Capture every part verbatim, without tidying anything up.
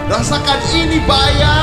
Rasakan ini, Baya.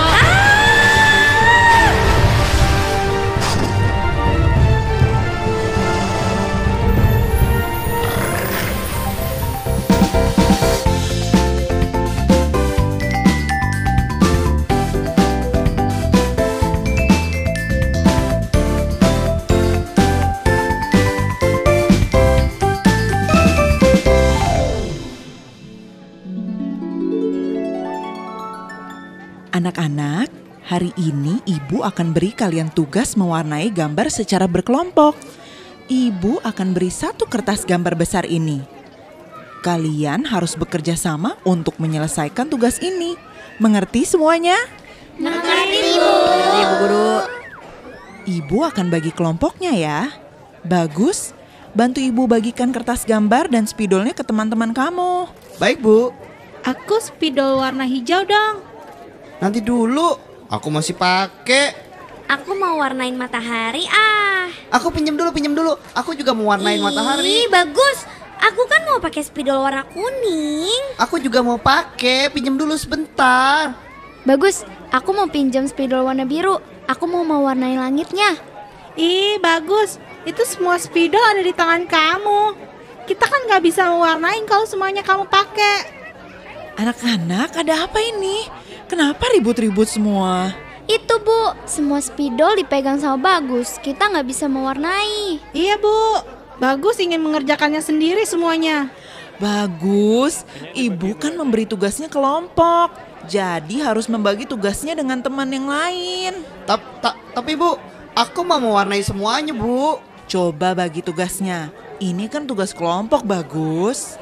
Anak-anak, hari ini Ibu akan beri kalian tugas mewarnai gambar secara berkelompok. Ibu akan beri satu kertas gambar besar ini. Kalian harus bekerja sama untuk menyelesaikan tugas ini. Mengerti semuanya? Mengerti, Bu. Ibu Guru. Ibu akan bagi kelompoknya ya. Bagus, bantu Ibu bagikan kertas gambar dan spidolnya ke teman-teman kamu. Baik, Bu. Aku spidol warna hijau dong. Nanti dulu, aku masih pakai. Aku mau warnain matahari ah. Aku pinjam dulu, pinjam dulu. Aku juga mau warnain Ih, matahari. bagus. Aku kan mau pakai spidol warna kuning. Aku juga mau pakai, pinjam dulu sebentar. Bagus, aku mau pinjam spidol warna biru. Aku mau mewarnai langitnya. Ih, bagus. Itu semua spidol ada di tangan kamu. Kita kan gak bisa mewarnain kalau semuanya kamu pakai. Anak-anak, ada apa ini? Kenapa ribut-ribut semua? Itu, Bu, semua spidol dipegang sama Bagus. Kita nggak bisa mewarnai. Iya, Bu. Bagus ingin mengerjakannya sendiri semuanya. Bagus, Ibu kan memberi tugasnya kelompok. Jadi harus membagi tugasnya dengan teman yang lain. Ta ta tapi Bu, aku mau mewarnai semuanya, Bu. Coba bagi tugasnya. Ini kan tugas kelompok, Bagus.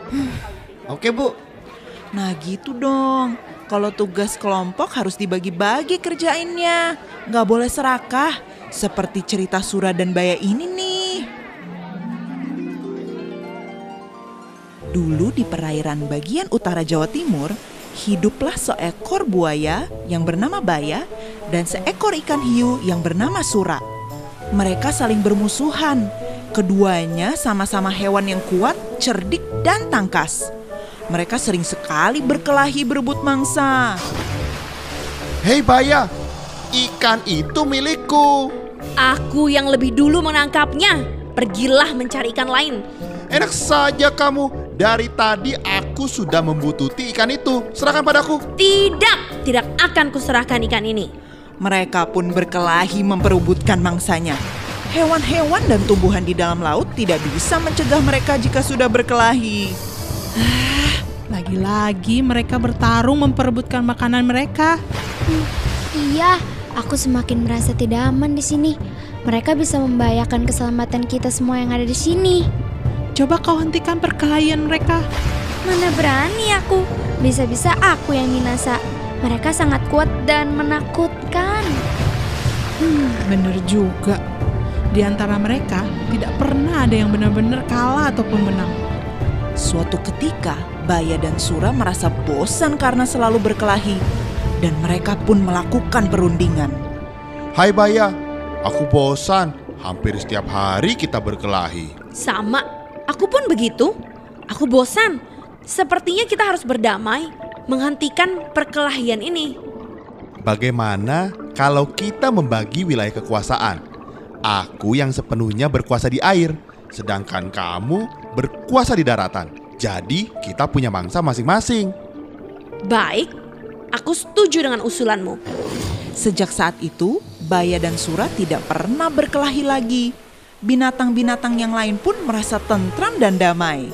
Oke, Bu. Nah gitu dong. Kalau tugas kelompok harus dibagi-bagi kerjainnya. Nggak boleh serakah. Seperti cerita Sura dan Baya ini nih. Dulu di perairan bagian utara Jawa Timur, hiduplah seekor buaya yang bernama Baya dan seekor ikan hiu yang bernama Sura. Mereka saling bermusuhan. Keduanya sama-sama hewan yang kuat, cerdik, dan tangkas. Mereka sering sekali berkelahi berebut mangsa. Hei Baya, ikan itu milikku. Aku yang lebih dulu menangkapnya. Pergilah mencari ikan lain. Enak saja kamu. Dari tadi aku sudah membututi ikan itu. Serahkan padaku. Tidak, tidak akan kuserahkan ikan ini. Mereka pun berkelahi memperebutkan mangsanya. Hewan-hewan dan tumbuhan di dalam laut tidak bisa mencegah mereka jika sudah berkelahi. Lagi-lagi mereka bertarung memperebutkan makanan mereka. Hmm, iya, aku semakin merasa tidak aman di sini. Mereka bisa membahayakan keselamatan kita semua yang ada di sini. Coba kau hentikan perkelahian mereka. Mana berani aku. Bisa-bisa aku yang binasa. Mereka sangat kuat dan menakutkan. Hmm, bener juga. Di antara mereka tidak pernah ada yang benar-benar kalah ataupun menang. Suatu ketika, Baya dan Sura merasa bosan karena selalu berkelahi. Dan mereka pun melakukan perundingan. Hai Baya, aku bosan. Hampir setiap hari kita berkelahi. Sama, aku pun begitu. Aku bosan. Sepertinya kita harus berdamai, menghentikan perkelahian ini. Bagaimana kalau kita membagi wilayah kekuasaan? Aku yang sepenuhnya berkuasa di air, sedangkan kamu berkuasa di daratan. Jadi kita punya mangsa masing-masing. Baik, aku setuju dengan usulanmu. Sejak saat itu, Baya dan Sura tidak pernah berkelahi lagi. Binatang-binatang yang lain pun merasa tentram dan damai.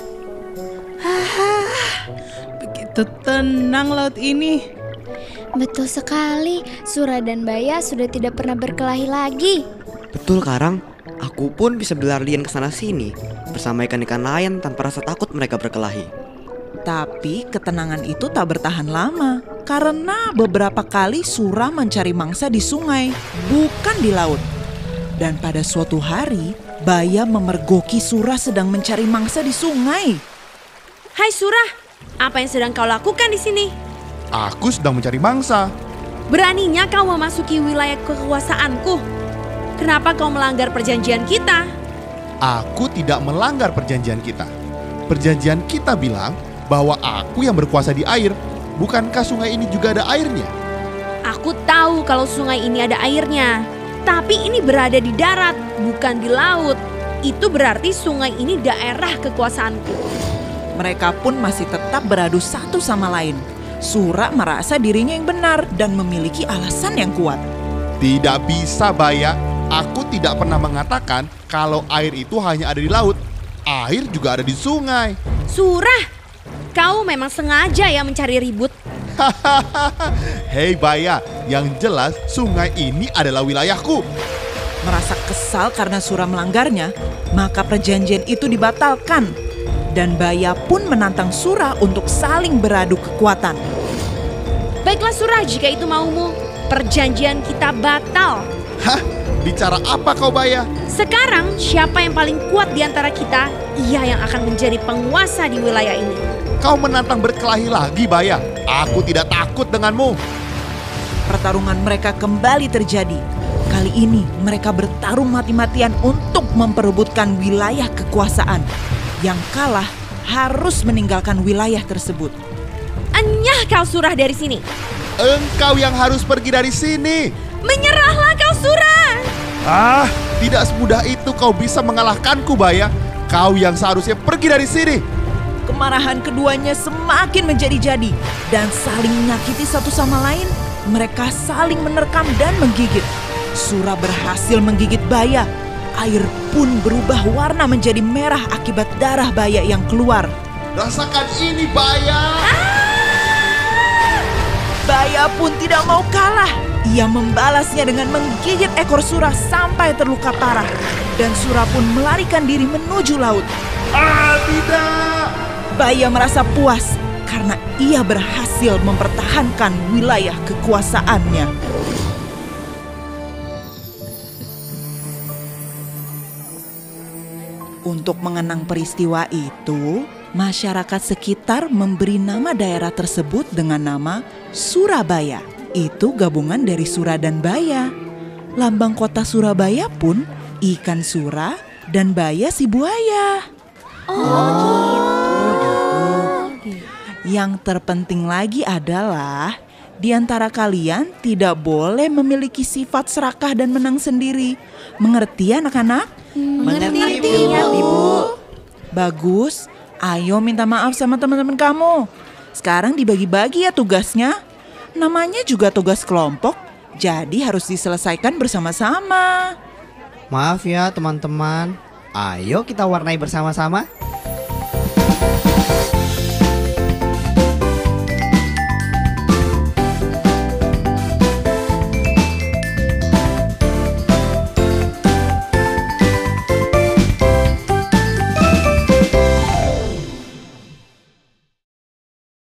Begitu tenang laut ini. Betul sekali, Sura dan Baya sudah tidak pernah berkelahi lagi. Betul Karang, aku pun bisa berlarian ke sana sini bersama ikan-ikan lain tanpa rasa takut mereka berkelahi. Tapi ketenangan itu tak bertahan lama karena beberapa kali Sura mencari mangsa di sungai, bukan di laut. Dan pada suatu hari, Baya memergoki Sura sedang mencari mangsa di sungai. Hai Sura, apa yang sedang kau lakukan di sini? Aku sedang mencari mangsa. Beraninya kau memasuki wilayah kekuasaanku. Kenapa kau melanggar perjanjian kita? Aku tidak melanggar perjanjian kita. Perjanjian kita bilang bahwa aku yang berkuasa di air. Bukankah sungai ini juga ada airnya? Aku tahu kalau sungai ini ada airnya, tapi ini berada di darat, bukan di laut. Itu berarti sungai ini daerah kekuasaanku. Mereka pun masih tetap beradu satu sama lain. Sura merasa dirinya yang benar dan memiliki alasan yang kuat. Tidak bisa, Baya. Aku tidak pernah mengatakan kalau air itu hanya ada di laut. Air juga ada di sungai. Surah, kau memang sengaja ya mencari ribut. Hei Baya, yang jelas sungai ini adalah wilayahku. Merasa kesal karena Sura melanggarnya, maka perjanjian itu dibatalkan. Dan Baya pun menantang Sura untuk saling beradu kekuatan. Baiklah Surah, jika itu maumu, perjanjian kita batal. Hah? Bicara apa kau Baya? Sekarang siapa yang paling kuat di antara kita, ia yang akan menjadi penguasa di wilayah ini. Kau menantang berkelahi lagi Baya? Aku tidak takut denganmu. Pertarungan mereka kembali terjadi. Kali ini mereka bertarung mati-matian untuk memperebutkan wilayah kekuasaan. Yang kalah harus meninggalkan wilayah tersebut. Enyah kau Surah dari sini. Engkau yang harus pergi dari sini. Menyerahlah kau Surah. Ah, tidak semudah itu kau bisa mengalahkanku Baya. Kau yang seharusnya pergi dari sini. Kemarahan keduanya semakin menjadi-jadi dan saling menyakiti satu sama lain. Mereka saling menerkam dan menggigit. Sura berhasil menggigit Baya. Air pun berubah warna menjadi merah akibat darah Baya yang keluar. Rasakan ini Baya. Baya pun tidak mau kalah. Ia membalasnya dengan menggigit ekor Sura sampai terluka parah. Dan Sura pun melarikan diri menuju laut. Ah, tidak. Baya merasa puas karena ia berhasil mempertahankan wilayah kekuasaannya. Untuk mengenang peristiwa itu, masyarakat sekitar memberi nama daerah tersebut dengan nama Surabaya. Itu gabungan dari Sura dan Baya. Lambang kota Surabaya pun ikan sura dan Baya si buaya. Oh, gitu. Yang terpenting lagi adalah di antara kalian tidak boleh memiliki sifat serakah dan menang sendiri. Mengerti anak-anak? Mengerti, Ibu. Bagus. Ayo minta maaf sama teman-teman kamu. Sekarang dibagi-bagi ya tugasnya. Namanya juga tugas kelompok, jadi harus diselesaikan bersama-sama. Maaf ya teman-teman. Ayo kita warnai bersama-sama.